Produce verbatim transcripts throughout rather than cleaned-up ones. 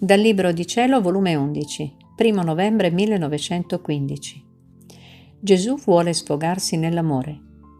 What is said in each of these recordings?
Dal Libro di Cielo, volume undici, primo novembre millenovecentoquindici. Gesù vuole sfogarsi nell'amore.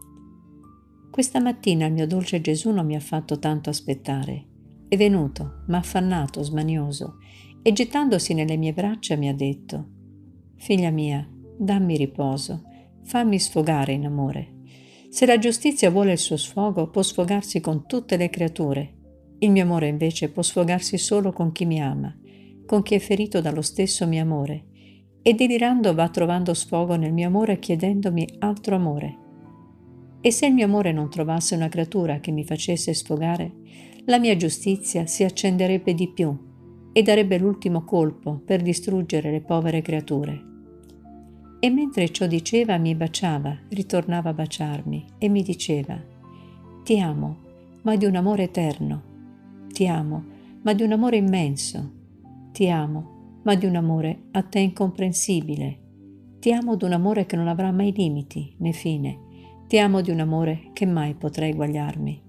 Questa mattina il mio dolce Gesù non mi ha fatto tanto aspettare. È venuto, m'ha affannato, smanioso, e gettandosi nelle mie braccia mi ha detto: «Figlia mia, dammi riposo, fammi sfogare in amore. Se la giustizia vuole il suo sfogo, può sfogarsi con tutte le creature. Il mio amore invece può sfogarsi solo con chi mi ama, con chi è ferito dallo stesso mio amore, e delirando va trovando sfogo nel mio amore chiedendomi altro amore. E se il mio amore non trovasse una creatura che mi facesse sfogare, la mia giustizia si accenderebbe di più e darebbe l'ultimo colpo per distruggere le povere creature». E mentre ciò diceva mi baciava, ritornava a baciarmi e mi diceva: «Ti amo, ma di un amore eterno. Ti amo, ma di un amore immenso. Ti amo, ma di un amore a te incomprensibile. Ti amo d'un amore che non avrà mai limiti né fine. Ti amo di un amore che mai potrà eguagliarmi».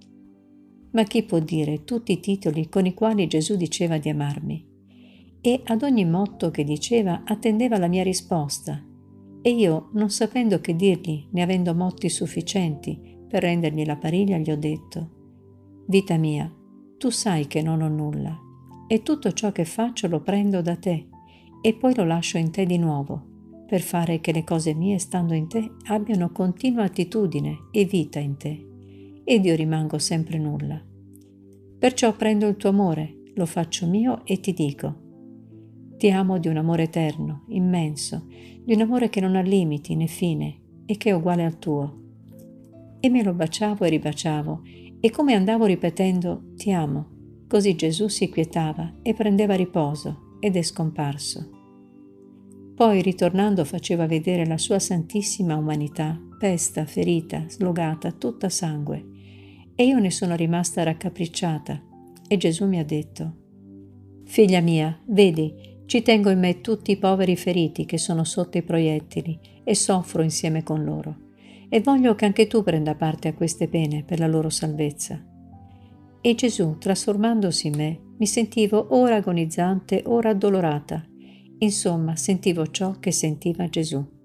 Ma chi può dire tutti i titoli con i quali Gesù diceva di amarmi? E ad ogni motto che diceva attendeva la mia risposta, e io, non sapendo che dirgli, né avendo motti sufficienti per rendergli la pariglia, gli ho detto: «Vita mia, tu sai che non ho nulla, e tutto ciò che faccio lo prendo da te, e poi lo lascio in te di nuovo, per fare che le cose mie, stando in te, abbiano continua attitudine e vita in te, ed io rimango sempre nulla. Perciò prendo il tuo amore, lo faccio mio e ti dico: ti amo di un amore eterno, immenso, di un amore che non ha limiti né fine e che è uguale al tuo». E me lo baciavo e ribaciavo, e come andavo ripetendo «ti amo», così Gesù si quietava e prendeva riposo ed è scomparso. Poi, ritornando, faceva vedere la sua santissima umanità, pesta, ferita, slogata, tutta sangue, e io ne sono rimasta raccapricciata, e Gesù mi ha detto: «Figlia mia, vedi, ci tengo in me tutti i poveri feriti che sono sotto i proiettili e soffro insieme con loro, e voglio che anche tu prenda parte a queste pene per la loro salvezza». E Gesù, trasformandosi in me, mi sentivo ora agonizzante, ora addolorata. Insomma, sentivo ciò che sentiva Gesù.